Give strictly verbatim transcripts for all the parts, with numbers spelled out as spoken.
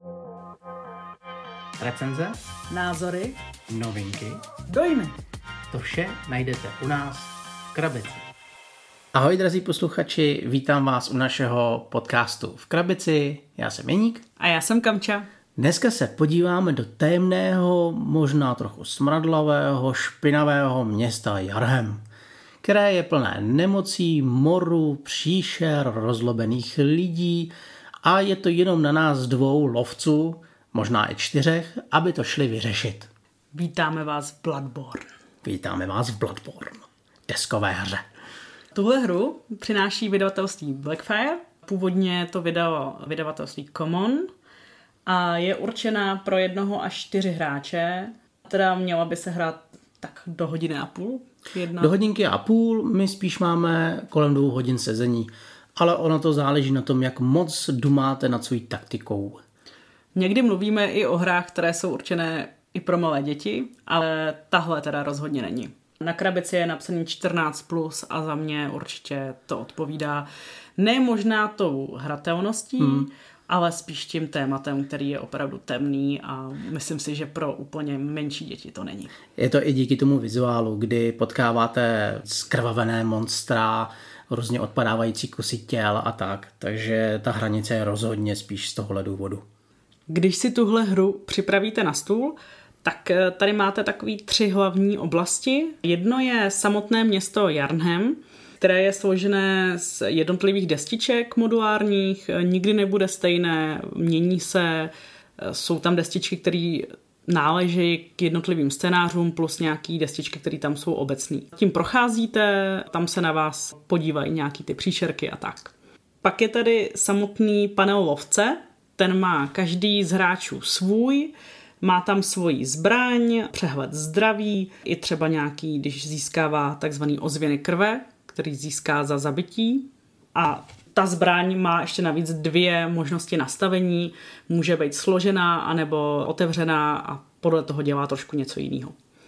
Recenze, názory, novinky, dojmy. To vše najdete u nás v Krabici. Ahoj drazí posluchači, vítám vás u našeho podcastu v Krabici. Já jsem Jeník. A já jsem Kamča. Dneska se podíváme do tajemného, možná trochu smradlavého, špinavého města Jarhem, které je plné nemocí, moru, příšer, rozlobených lidí a je to jenom na nás dvou lovců, možná i čtyřech, aby to šli vyřešit. Vítáme vás v Bloodborne. Vítáme vás v Bloodborne, deskové hře. Tuhle hru přináší vydavatelství Blackfire. Původně to vydalo vydavatelství Common a je určená pro jednoho až čtyři hráče. Teda měla by se hrát tak do hodiny a půl. Jedna. Do hodinky a půl, my spíš máme kolem dvou hodin sezení, ale ono to záleží na tom, jak moc dumáte nad svou taktikou. Někdy mluvíme i o hrách, které jsou určené i pro malé děti, ale tahle teda rozhodně není. Na krabici je napsaný čtrnáct plus a za mě určitě to odpovídá ne možná tou hratelností, hmm. ale spíš tím tématem, který je opravdu temný a myslím si, že pro úplně menší děti to není. Je to i díky tomu vizuálu, kdy potkáváte skrvavené monstra, různě odpadávající kusy těl a tak, takže ta hranice je rozhodně spíš z tohohle důvodu. Když si tuhle hru připravíte na stůl, tak tady máte takový tři hlavní oblasti. Jedno je samotné město Jarnhem, které je složené z jednotlivých destiček modulárních, nikdy nebude stejné, mění se, jsou tam destičky, které náleží k jednotlivým scénářům plus nějaký destičky, které tam jsou obecný. Tím procházíte, tam se na vás podívají nějaký ty příšerky a tak. Pak je tady samotný panel lovce, ten má každý z hráčů svůj, má tam svoji zbraň, přehled zdraví, i třeba nějaký, když získává takzvaný ozvěny krve, který získá za zabití. A ta zbraň má ještě navíc dvě možnosti nastavení, může být složená anebo otevřená a podle toho dělá trošku něco jiného.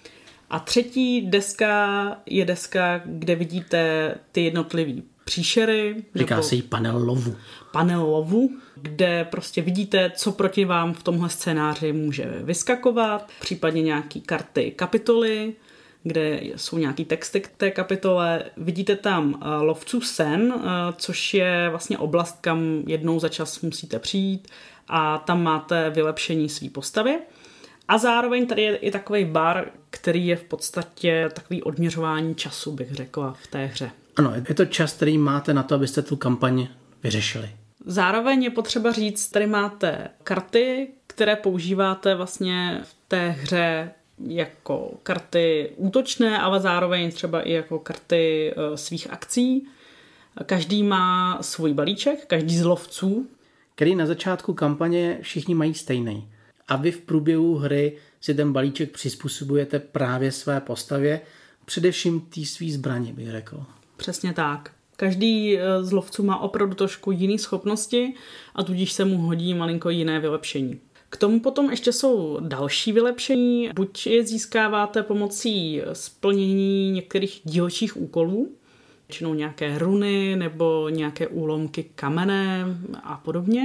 A třetí deska je deska, kde vidíte ty jednotlivý příšery. Říká se jí panel lovu. Panel lovu, kde prostě vidíte, co proti vám v tomhle scénáři může vyskakovat, případně nějaký karty kapitoly, kde jsou nějaký texty k té kapitole. Vidíte tam lovců sen, což je vlastně oblast, kam jednou za čas musíte přijít a tam máte vylepšení své postavy. A zároveň tady je i takový bar, který je v podstatě takový odměřování času, bych řekla, v té hře. Ano, je to čas, který máte na to, abyste tu kampaň vyřešili. Zároveň je potřeba říct, tady máte karty, které používáte vlastně v té hře jako karty útočné, ale zároveň třeba i jako karty svých akcí. Každý má svůj balíček, každý z lovců. Který na začátku kampaně všichni mají stejný. A vy v průběhu hry si ten balíček přizpůsobujete právě své postavě, především té svý zbraně, bych řekl. Přesně tak. Každý z lovců má opravdu trošku jiné schopnosti a tudíž se mu hodí malinko jiné vylepšení. K tomu potom ještě jsou další vylepšení. Buď je získáváte pomocí splnění některých dílčích úkolů, většinou nějaké runy nebo nějaké úlomky kamene a podobně.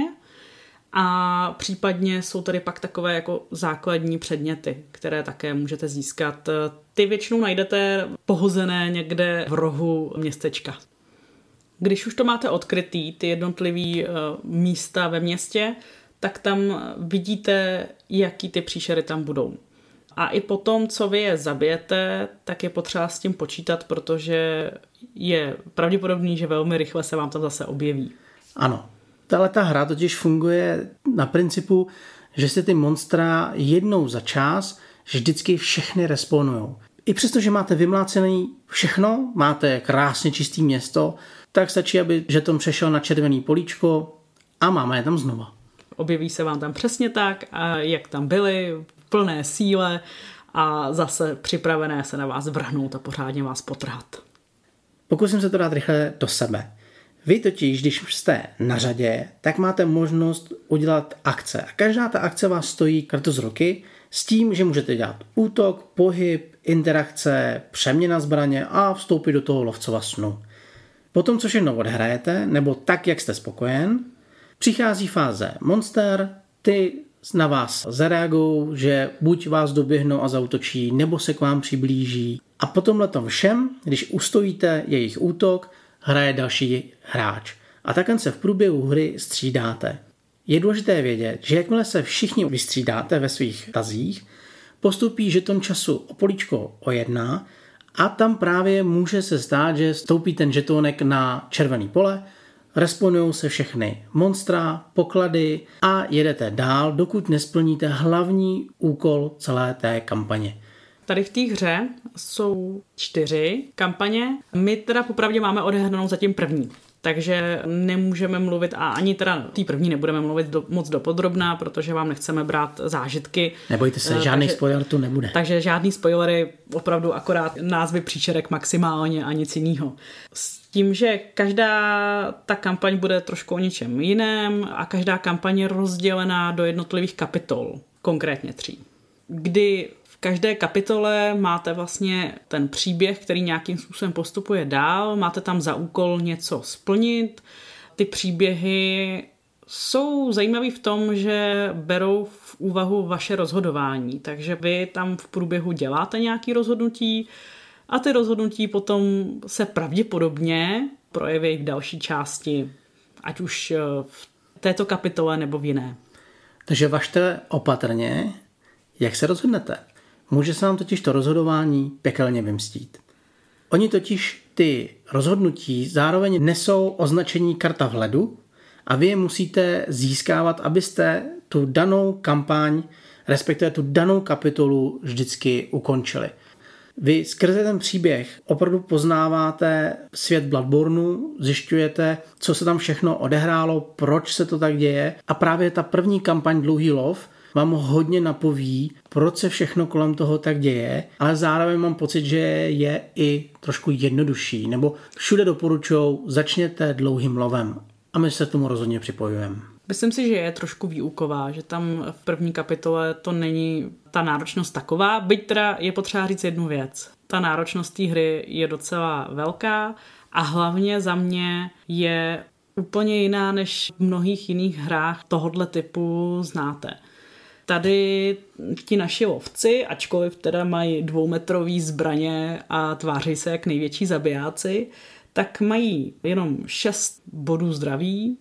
A případně jsou tady pak takové jako základní předměty, které také můžete získat. Ty většinou najdete pohozené někde v rohu městečka. Když už to máte odkrytý, ty jednotlivý místa ve městě, tak tam vidíte, jaký ty příšery tam budou. A i potom, co vy je zabijete, tak je potřeba s tím počítat, protože je pravděpodobný, že velmi rychle se vám tam zase objeví. Ano. Tahleta hra totiž funguje na principu, že se ty monstra jednou za čas vždycky všechny respawnujou. I přesto, že máte vymlácený všechno, máte krásně čistý město, tak stačí, aby žeton přešel na červený políčko a máme je tam znova. Objeví se vám tam přesně tak, a jak tam byli, v plné síle a zase připravené se na vás vrhnout a pořádně vás potrhat. Pokusím se to dát rychle do sebe. Vy totiž, když jste na řadě, tak máte možnost udělat akce. A každá ta akce vás stojí kartu z ruky s tím, že můžete dělat útok, pohyb, interakce, přeměna zbraně a vstoupit do toho lovcova snu. Potom, co všechno odhrajete, nebo tak, jak jste spokojen, přichází fáze monster, Ty na vás zareagují, že buď vás doběhnou a zaútočí, nebo se k vám přiblíží. A po tomhletom všem, když ustojíte jejich útok, hraje další hráč. A takhle se v průběhu hry střídáte. Je důležité vědět, že jakmile se všichni vystřídáte ve svých tazích, postupí žeton času o políčko o jedna a tam právě může se stát, že stoupí ten žetonek na červený pole, responují se všechny monstra, poklady a jedete dál, dokud nesplníte hlavní úkol celé té kampaně. Tady v té hře jsou čtyři kampaně. My teda popravdě máme odehranou zatím první. Takže nemůžeme mluvit a ani teda tý první nebudeme mluvit do, moc dopodrobná, protože vám nechceme brát zážitky. Nebojte se, žádný takže, spoiler tu nebude. Takže žádný spoilery, opravdu akorát názvy příčerek maximálně a nic jiného. S tím, že každá ta kampaň bude trošku o něčem jiném a každá kampaň je rozdělená do jednotlivých kapitol, konkrétně tří. Kdy v každé kapitole máte vlastně ten příběh, který nějakým způsobem postupuje dál, máte tam za úkol něco splnit. Ty příběhy jsou zajímavý v tom, že berou v úvahu vaše rozhodování, takže vy tam v průběhu děláte nějaké rozhodnutí a ty rozhodnutí potom se pravděpodobně projeví v další části, ať už v této kapitole nebo v jiné. Takže važte opatrně, jak se rozhodnete. Může se vám totiž to rozhodování pekelně vymstít. Oni totiž ty rozhodnutí zároveň nesou označení karta vhledu a vy je musíte získávat, abyste tu danou kampaň, respektive tu danou kapitolu vždycky ukončili. Vy skrze ten příběh opravdu poznáváte svět Bloodborneu, zjišťujete, co se tam všechno odehrálo, proč se to tak děje a právě ta první kampaň Dlouhý lov vám hodně napoví, proč se všechno kolem toho tak děje, ale zároveň mám pocit, že je i trošku jednodušší, nebo všude doporučujou, začněte Dlouhým lovem a my se k tomu rozhodně připojujeme. Myslím si, že je trošku výuková, že tam v první kapitole to není ta náročnost taková, byť teda je potřeba říct jednu věc. Ta náročnost té hry je docela velká a hlavně za mě je úplně jiná, než v mnohých jiných hrách tohodle typu znáte. Tady ti naši lovci, ačkoliv teda mají dvoumetrový zbraně a tváří se jak největší zabijáci, tak mají jenom šest bodů zdraví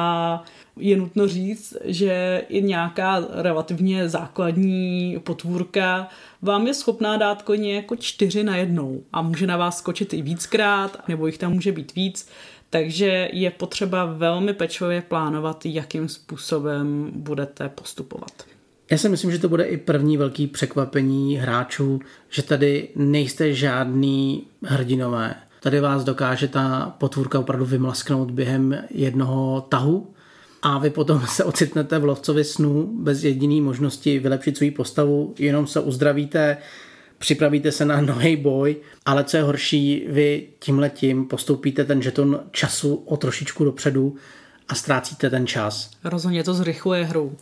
a je nutno říct, že i nějaká relativně základní potvůrka vám je schopná dát koně jako čtyři na jednou a může na vás skočit i víckrát, nebo jich tam může být víc, takže je potřeba velmi pečlivě plánovat, jakým způsobem budete postupovat. Já si myslím, že to bude i první velký překvapení hráčů, že tady nejste žádný hrdinové. Tady vás dokáže ta potvůrka opravdu vymlasknout během jednoho tahu a vy potom se ocitnete v lovcovi snů bez jediné možnosti vylepšit svou postavu, jenom se uzdravíte, připravíte se na nový boj, ale co je horší, vy tímhletím postoupíte ten žeton času o trošičku dopředu a ztrácíte ten čas. Rozhodně to zrychluje hru.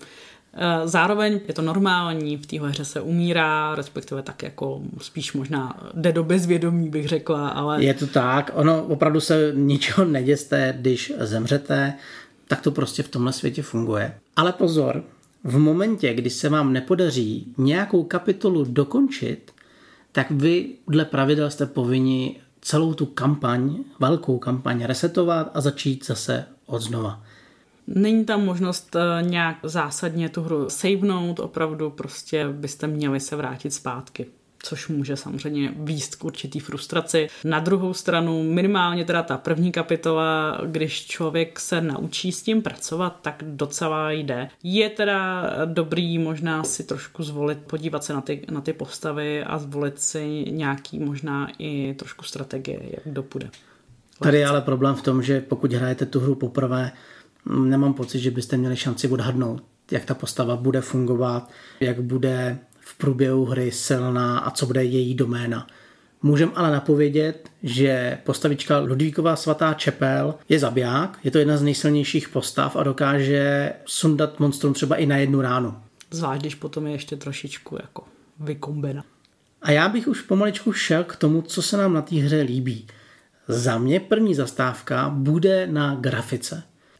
Zároveň je to normální, v téhle hře se umírá, respektive tak jako spíš možná jde do bezvědomí, bych řekla, ale... Je to tak, ono opravdu se ničeho neděste, když zemřete, tak to prostě v tomhle světě funguje. Ale pozor, v momentě, kdy se vám nepodaří nějakou kapitolu dokončit, tak vy dle pravidel jste povinni celou tu kampaň, velkou kampaň resetovat a začít zase od znova. Není tam možnost nějak zásadně tu hru savenout, opravdu prostě byste měli se vrátit zpátky, což může samozřejmě vést k určitý frustraci. Na druhou stranu minimálně teda ta první kapitola, když člověk se naučí s tím pracovat, tak docela jde. Je teda dobrý možná si trošku zvolit, podívat se na ty, na ty postavy a zvolit si nějaký možná i trošku strategie, jak dopůjde. Tady je ale problém v tom, že pokud hrajete tu hru poprvé, nemám pocit, že byste měli šanci odhadnout, jak ta postava bude fungovat, jak bude v průběhu hry silná a co bude její doména. Můžem ale napovědět, že postavička Ludvíkova svatá čepel je zabiják, je to jedna z nejsilnějších postav a dokáže sundat monstrum třeba i na jednu ránu. Zvlášť, když potom je ještě trošičku jako vykombena. A já bych už pomaličku šel k tomu, co se nám na té hře líbí. Za mě první zastávka bude na grafice.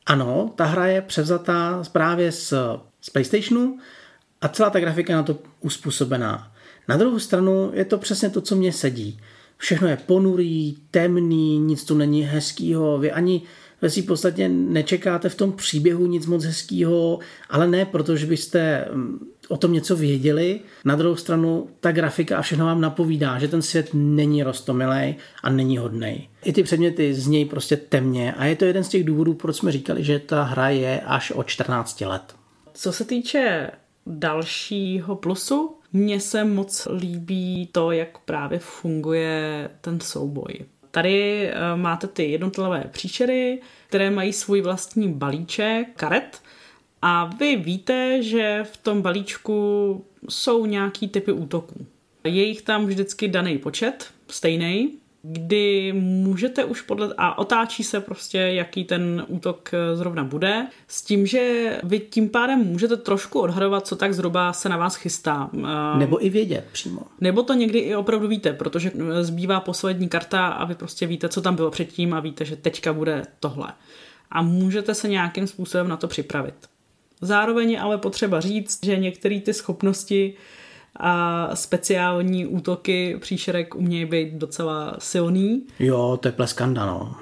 Ano, ta hra je převzatá právě z, z PlayStationu a celá ta grafika je na to uspůsobená. Na druhou stranu je to přesně to, co mě sedí. Všechno je ponurý, temný, nic tu není hezkýho, vy ani ve svým podstatě nečekáte v tom příběhu nic moc hezkýho, ale ne proto, že byste o tom něco věděli. Na druhou stranu ta grafika a všechno vám napovídá, že ten svět není roztomilej a není hodnej. I ty předměty z něj prostě temně a je to jeden z těch důvodů, proč jsme říkali, že ta hra je až od čtrnácti let. Co se týče dalšího plusu, mně se moc líbí to, jak právě funguje ten souboj. Tady máte ty jednotlivé příšery, které mají svůj vlastní balíček karet a vy víte, že v tom balíčku jsou nějaký typy útoků. Je jich tam vždycky daný počet, stejný, kdy můžete už podle... a otáčí se prostě, jaký ten útok zrovna bude, s tím, že vy tím pádem můžete trošku odhadovat, co tak zhruba se na vás chystá. Nebo i vědět přímo. Nebo to někdy i opravdu víte, protože zbývá poslední karta a vy prostě víte, co tam bylo předtím a víte, že teďka bude tohle. A můžete se nějakým způsobem na to připravit. Zároveň je ale potřeba říct, že některé ty schopnosti a speciální útoky příšerek umějí být docela silný. Jo, to je pleskanda, no.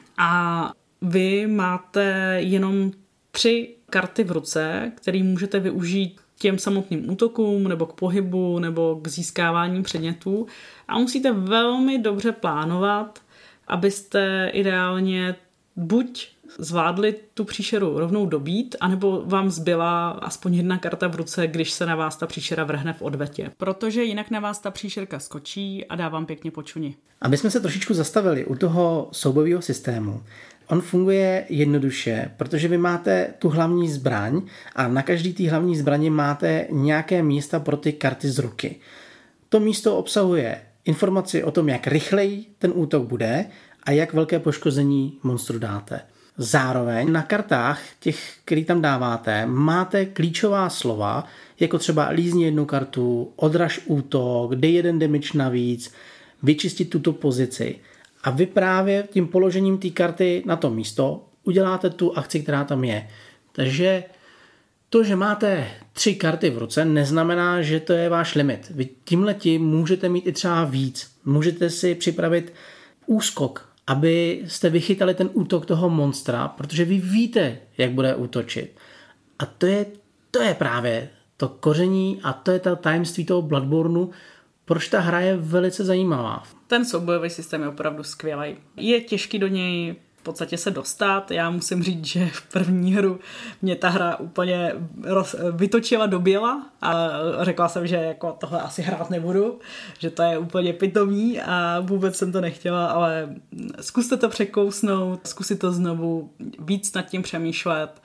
A vy máte jenom tři karty v ruce, které můžete využít těm samotným útokům, nebo k pohybu, nebo k získávání předmětů. A musíte velmi dobře plánovat, abyste ideálně buď zvládli tu příšeru rovnou dobít, anebo vám zbyla aspoň jedna karta v ruce, když se na vás ta příšera vrhne v odvetě. Protože jinak na vás ta příšerka skočí a dá vám pěkně počuni. Aby jsme se trošičku zastavili u toho soubojového systému. On funguje jednoduše, protože vy máte tu hlavní zbraň a na každý té hlavní zbraně máte nějaké místa pro ty karty z ruky. To místo obsahuje informaci o tom, jak rychleji ten útok bude a jak velké poškození monstru dáte. Zároveň na kartách, těch, který tam dáváte, máte klíčová slova, jako třeba lízni jednu kartu, odraž útok, dej jeden damage navíc, vyčistit tuto pozici. A vy právě tím položením té karty na to místo uděláte tu akci, která tam je. Takže to, že máte tři karty v ruce, neznamená, že to je váš limit. Vy tímhletím můžete mít i třeba víc. Můžete si připravit úskok, aby jste vychytali ten útok toho monstra, protože vy víte, jak bude útočit. A to je, to je právě to koření a to je ta tajemství toho Bloodborneu, proč ta hra je velice zajímavá. Ten soubojový systém je opravdu skvělý. Je těžký do něj v podstatě se dostat. Já musím říct, že v první hru mě ta hra úplně roz, vytočila do běla a řekla jsem, že jako tohle asi hrát nebudu, že to je úplně pitomý a vůbec jsem to nechtěla, ale zkuste to překousnout, zkusit to znovu, víc nad tím přemýšlet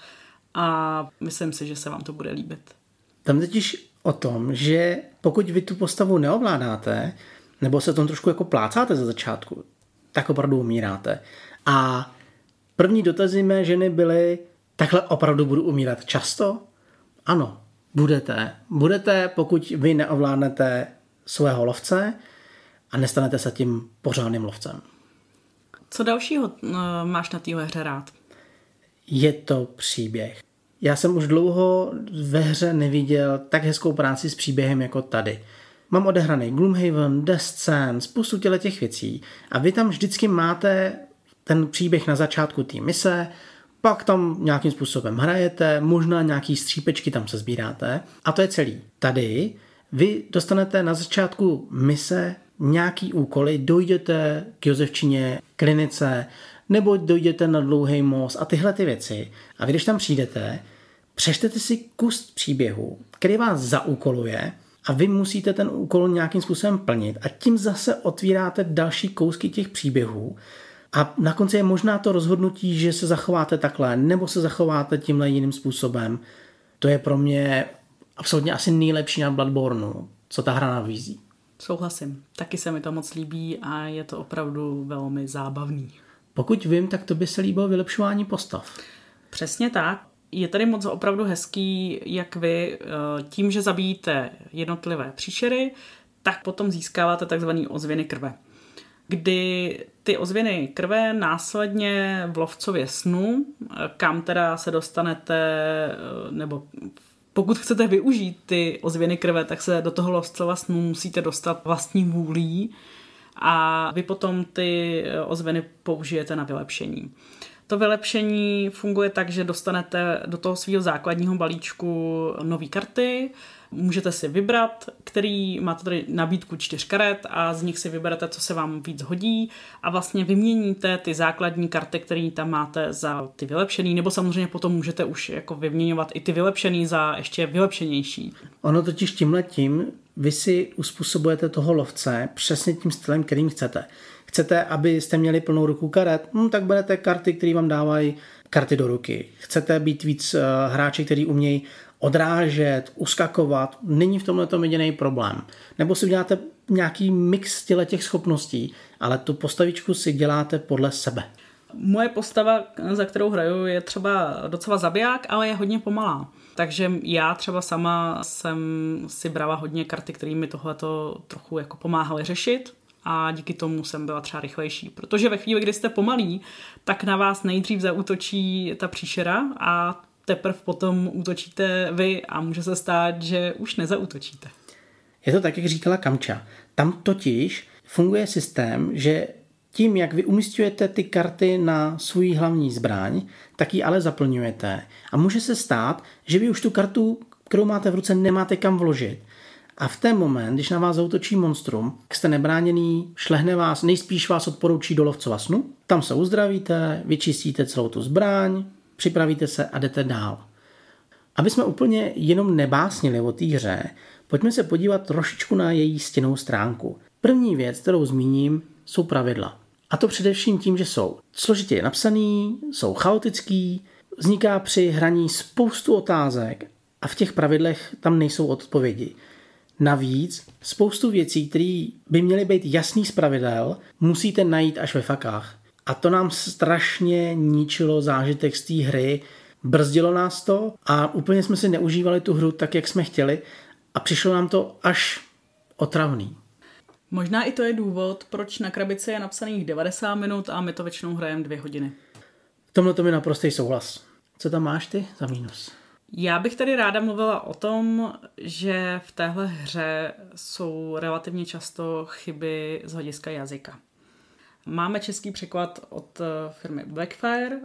a myslím si, že se vám to bude líbit. Tam totiž o tom, že pokud vy tu postavu neovládáte, nebo se tom trošku jako plácáte za začátku, tak opravdu umíráte. A první dotazy mé ženy byly, takhle opravdu budu umírat často? Ano, budete. Budete, pokud vy neovládnete svého lovce a nestanete se tím pořádným lovcem. Co dalšího máš na téhle hře rád? Je to příběh. Já jsem už dlouho ve hře neviděl tak hezkou práci s příběhem jako tady. Mám odehraný Gloomhaven, Descent, spoustu těle těch věcí a vy tam vždycky máte ten příběh na začátku té mise, pak tam nějakým způsobem hrajete, možná nějaký střípečky tam se sbíráte a to je celý. Tady vy dostanete na začátku mise nějaký úkoly, dojdete k Josefčině, klinice, nebo dojdete na Dlouhý most a tyhle ty věci. A vy když tam přijdete, přečtete si kus příběhu, který vás zaúkoluje a vy musíte ten úkol nějakým způsobem plnit a tím zase otvíráte další kousky těch příběhů a na konci je možná to rozhodnutí, že se zachováte takhle nebo se zachováte tímhle jiným způsobem. To je pro mě absolutně asi nejlepší na Bloodborneu, co ta hra nabízí. Souhlasím. Taky se mi to moc líbí a je to opravdu velmi zábavný. Pokud vím, tak to by se líbilo vylepšování postav. Přesně tak. Je tady moc opravdu hezký, jak vy tím, že zabijíte jednotlivé příšery, tak potom získáváte takzvané ozvěny krve. kdy ty ozvěny krve následně v lovcově snu, kam teda se dostanete, nebo pokud chcete využít ty ozvěny krve, tak se do toho lovcova snu musíte dostat vlastní vůlí a vy potom ty ozvěny použijete na vylepšení. To vylepšení funguje tak, že dostanete do toho svého základního balíčku nové karty, můžete si vybrat, který máte tady nabídku čtyř karet a z nich si vyberete, co se vám víc hodí a vlastně vyměníte ty základní karty, které tam máte za ty vylepšený, nebo samozřejmě potom můžete už jako vyměňovat i ty vylepšený za ještě vylepšenější. Ono totiž tímhletím vy si uspůsobujete toho lovce přesně tím stylem, kterým chcete. Chcete, abyste měli plnou ruku karet, hm, tak berete karty, které vám dávají karty do ruky. Chcete být víc uh, hráči, kteří umějí odrážet, uskakovat, není v tomhle tom jediný problém. Nebo si uděláte nějaký mix těch schopností, ale tu postavičku si děláte podle sebe. Moje postava, za kterou hraju, je třeba docela zabiják, ale je hodně pomalá. Takže já třeba sama jsem si brala hodně karty, které mi tohleto trochu jako pomáhaly řešit a díky tomu jsem byla třeba rychlejší. Protože ve chvíli, kdy jste pomalí, tak na vás nejdřív zaútočí ta příšera a teprve potom útočíte vy a může se stát, že už nezaútočíte. Je to tak, jak říkala Kamča. Tam totiž funguje systém, že tím, jak vy umísťujete ty karty na svůj hlavní zbraň, tak ji ale zaplňujete. A může se stát, že vy už tu kartu, kterou máte v ruce, nemáte kam vložit. A v ten moment, když na vás zaútočí monstrum, tak jste nebráněný, šlehne vás, nejspíš vás odporučí do lovcova snu, tam se uzdravíte, vyčistíte celou tu zbraň, připravíte se a jdete dál. Aby jsme úplně jenom nebásnili o té hře, pojďme se podívat trošičku na její stěnnou stránku. První věc, kterou zmíním, jsou pravidla. A to především tím, že jsou složitě napsaný, jsou chaotický, vzniká při hraní spoustu otázek a v těch pravidlech tam nejsou odpovědi. Navíc spoustu věcí, které by měly být jasný z pravidel, musíte najít až ve fakách. A to nám strašně ničilo zážitek z té hry, brzdilo nás to a úplně jsme si neužívali tu hru tak, jak jsme chtěli a přišlo nám to až otravný. Možná i to je důvod, proč na krabici je napsaných devadesát minut a my to většinou hrajeme dvě hodiny. V tomhle to mi naprostý souhlas. Co tam máš ty za mínus? Já bych tady ráda mluvila o tom, že v téhle hře jsou relativně často chyby z hlediska jazyka. Máme český překlad od firmy Blackfire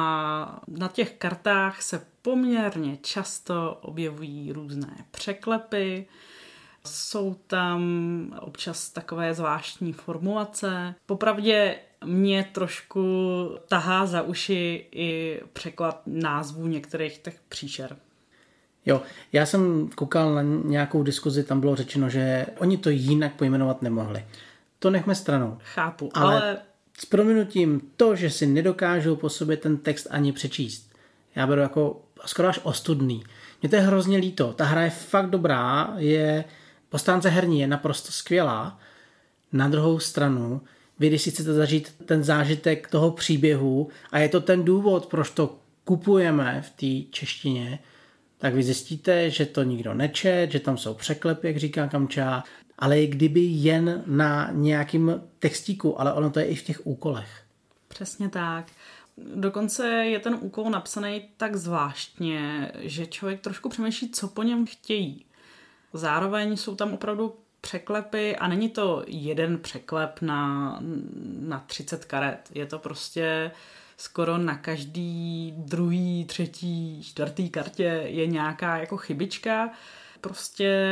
a na těch kartách se poměrně často objevují různé překlepy, jsou tam občas takové zvláštní formulace. Popravdě mě trošku tahá za uši i překlad názvů některých těch příšer. Jo, já jsem koukal na nějakou diskuzi, tam bylo řečeno, že oni to jinak pojmenovat nemohli. To nechme stranou. Chápu, ale... ale... S prominutím to, že si nedokážou po sobě ten text ani přečíst. Já beru jako skoro až ostudný. Mně to je hrozně líto. Ta hra je fakt dobrá, je po stránce herní je naprosto skvělá. Na druhou stranu, vy když si chcete zažít ten zážitek toho příběhu a je to ten důvod, proč to kupujeme v té češtině, tak vy zjistíte, že to nikdo nečet, že tam jsou překlepy, jak říká Kamča, ale i kdyby jen na nějakým textíku, ale ono to je i v těch úkolech. Přesně tak. Dokonce je ten úkol napsaný tak zvláštně, že člověk trošku přemýšlí, co po něm chtějí. Zároveň jsou tam opravdu překlepy a není to jeden překlep na, na třicet karet. Je to prostě skoro na každý druhý, třetí, čtvrtý kartě je nějaká jako chybička. Prostě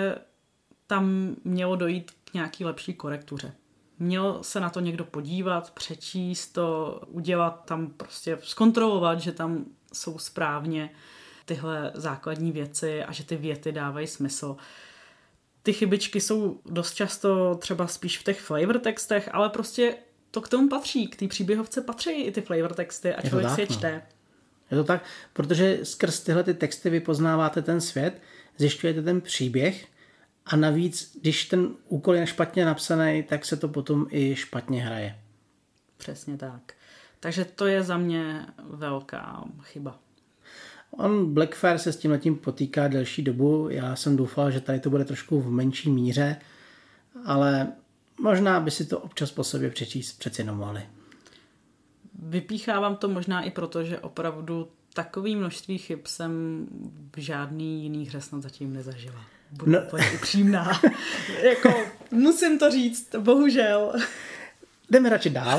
tam mělo dojít k nějaký lepší korektuře. Měl se na to někdo podívat, přečíst to, udělat tam prostě, zkontrolovat, že tam jsou správně tyhle základní věci a že ty věty dávají smysl. Ty chybičky jsou dost často třeba spíš v těch flavor textech, ale prostě to k tomu patří, k té příběhovce patří i ty flavor texty a člověk si je čte. Je to tak, protože skrz tyhle ty texty vy poznáváte ten svět, zjišťujete ten příběh a navíc, když ten úkol je špatně napsaný, tak se to potom i špatně hraje. Přesně tak. Takže to je za mě velká chyba. On Blackfire se s tímhletím potýká delší dobu. Já jsem doufal, že tady to bude trošku v menší míře, ale možná by si to občas po sobě přečíst přeci jenom mohli. Vypíchávám to možná i proto, že opravdu takové množství chyb jsem v žádný jiný hře snad zatím nezažila. Budu no. úplně upřímná. Jako, musím to říct, bohužel. Jdeme radši dál.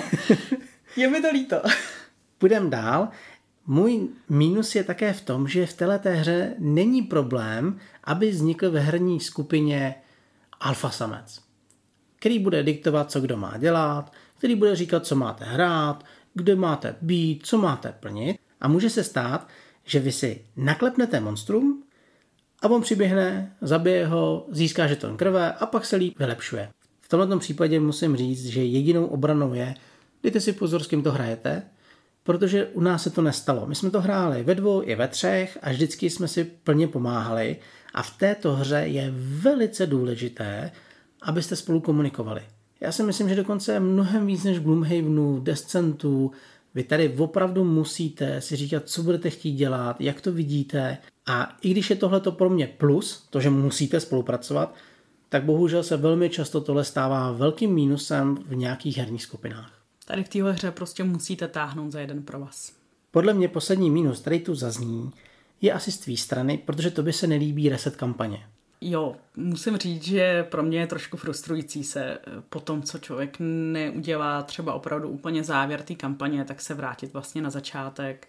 Je mi to líto. Půjdeme dál. Můj mínus je také v tom, že v této hře není problém, aby vznikl ve herní skupině alfa samec, který bude diktovat, co kdo má dělat, který bude říkat, co máte hrát, kde máte být, co máte plnit. A může se stát, že vy si naklepnete monstrum a on přiběhne, zabije ho, získá žeton krve a pak se líp vylepšuje. V tomto případě musím říct, že jedinou obranou je, dejte si pozor, s kým to hrajete, protože u nás se to nestalo. My jsme to hráli ve dvou i ve třech a vždycky jsme si plně pomáhali a v této hře je velice důležité, abyste spolu komunikovali. Já si myslím, že dokonce je mnohem víc než Gloomhavenu, Descentu. Vy tady opravdu musíte si říkat, co budete chtít dělat, jak to vidíte. A i když je tohleto pro mě plus, to, že musíte spolupracovat, tak bohužel se velmi často tohle stává velkým mínusem v nějakých herních skupinách. Tady v téhle hře prostě musíte táhnout za jeden provaz. Podle mě poslední mínus, který tu zazní, je asi z tvý strany, protože to by se nelíbí reset kampaně. Jo, musím říct, že pro mě je trošku frustrující se po tom, co člověk neudělá třeba opravdu úplně závěr té kampaně, tak se vrátit vlastně na začátek.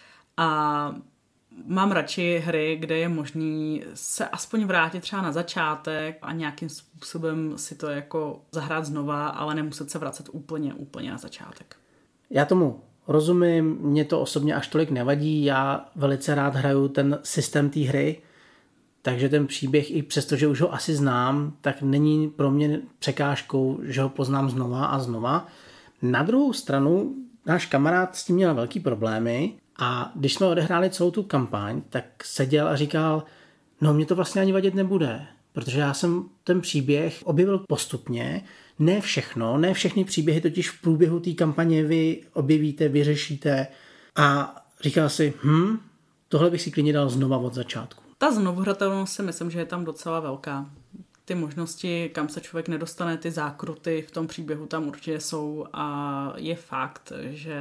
A mám radši hry, kde je možný se aspoň vrátit třeba na začátek a nějakým způsobem si to jako zahrát znova, ale nemuset se vracet úplně, úplně na začátek. Já tomu rozumím, mě to osobně až tolik nevadí, já velice rád hraju ten systém té hry, takže ten příběh, i přesto, že už ho asi znám, tak není pro mě překážkou, že ho poznám znova a znova. Na druhou stranu náš kamarád s tím měl velký problémy a když jsme odehráli celou tu kampaň, tak seděl a říkal, no mě to vlastně ani vadit nebude, protože já jsem ten příběh objevil postupně, ne všechno, ne všechny příběhy totiž v průběhu té kampaně vy objevíte, vyřešíte a říkal si, hm, tohle bych si klidně dal znova od začátku. Ta znovuhratelnost si myslím, že je tam docela velká. Ty možnosti, kam se člověk nedostane, ty zákruty v tom příběhu tam určitě jsou a je fakt, že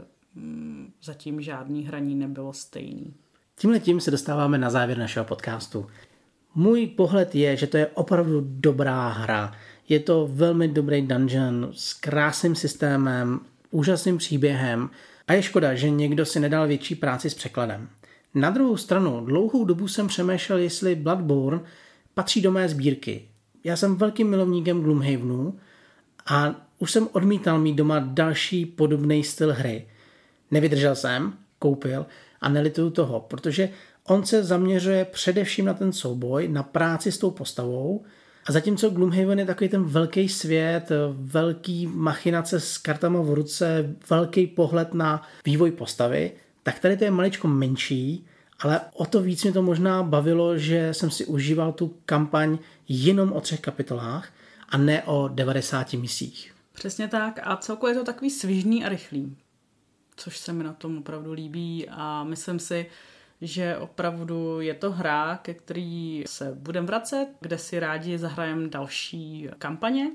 zatím žádný hraní nebylo stejný. Tímhletím se dostáváme na závěr našeho podcastu. Můj pohled je, že to je opravdu dobrá hra. Je to velmi dobrý dungeon s krásným systémem, úžasným příběhem a je škoda, že někdo si nedal větší práci s překladem. Na druhou stranu, dlouhou dobu jsem přemýšlel, jestli Bloodborne patří do mé sbírky. Já jsem velkým milovníkem Gloomhavenu a už jsem odmítal mít doma další podobný styl hry. Nevydržel jsem, koupil a nelituju toho, protože on se zaměřuje především na ten souboj, na práci s tou postavou a zatímco Gloomhaven je takový ten velký svět, velký machinace s kartama v ruce, velký pohled na vývoj postavy, tak tady to je maličko menší, ale o to víc mě to možná bavilo, že jsem si užíval tu kampaň jenom o třech kapitolách a ne o devadesáti misích. Přesně tak a celkově je to takový svižný a rychlý, což se mi na tom opravdu líbí a myslím si, že opravdu je to hra, ke který se budeme vracet, kde si rádi zahrajeme další kampaně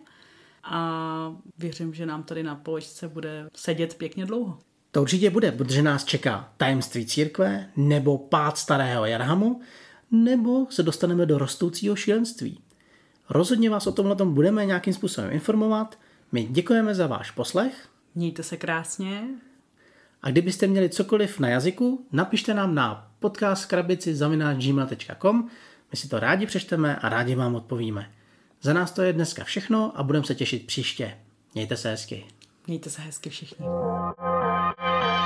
a věřím, že nám tady na poličce bude sedět pěkně dlouho. To určitě bude, protože nás čeká tajemství církve, nebo pád starého Jarhamu, nebo se dostaneme do rostoucího šílenství. Rozhodně vás o tomhletom budeme nějakým způsobem informovat. My děkujeme za váš poslech. Mějte se krásně. A kdybyste měli cokoliv na jazyku, napište nám na podcastkrabici zavináč gmail tečka com. My si to rádi přečteme a rádi vám odpovíme. Za nás to je dneska všechno a budeme se těšit příště. Mějte se hezky. Mějte se hezky všichni.